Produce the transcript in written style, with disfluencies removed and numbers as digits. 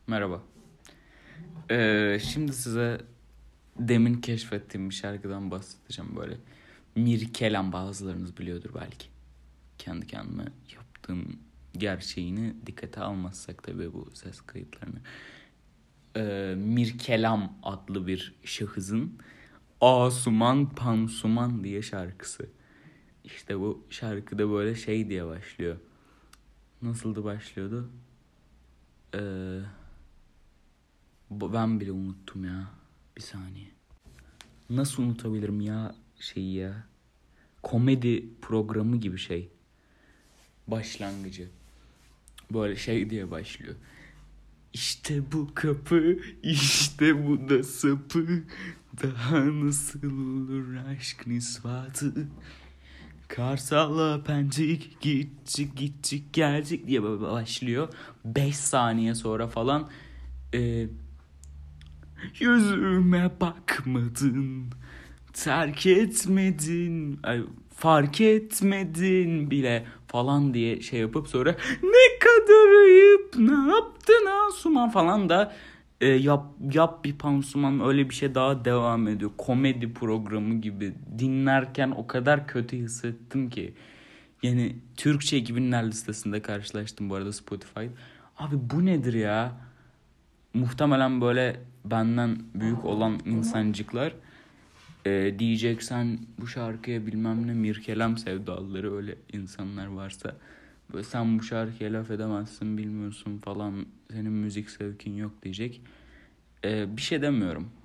Merhaba. Şimdi size demin keşfettiğim bir şarkıdan bahsedeceğim böyle. Mirkelam bazılarınız biliyordur belki. Kendi kendime yaptığım gerçeğini dikkate almazsak tabii bu ses kayıtlarını. Mirkelam adlı bir şahısın Asuman Pansuman diye şarkısı. İşte bu şarkıda böyle şey diye başlıyor. Nasıldı başlıyordu? Ben bile unuttum ya. Bir saniye. Nasıl unutabilirim ya şeyi ya? Komedi programı gibi şey. Başlangıcı. Böyle şey diye başlıyor. İşte bu kapı, işte bu da sapı. Daha nasıl olur aşkın ispatı? Karsal'la Pençik gittik geldik diye böyle başlıyor. 5 saniye sonra falan yüzüme bakmadın, terk etmedin, fark etmedin bile falan diye şey yapıp sonra ne kadar ayıp, ne yaptın Asuman falan da yap bir pansuman öyle bir şey daha devam ediyor. Komedi programı gibi dinlerken o kadar kötü hissettim ki. Yani Türkçe 2000'ler listesinde karşılaştım bu arada Spotify. Abi bu nedir ya? Muhtemelen böyle benden büyük olan insancıklar diyeceksen bu şarkıya bilmem ne mirkelem sevdalıları öyle insanlar varsa böyle sen bu şarkıya laf edemezsin bilmiyorsun falan senin müzik zevkin yok diyecek. Bir şey demiyorum.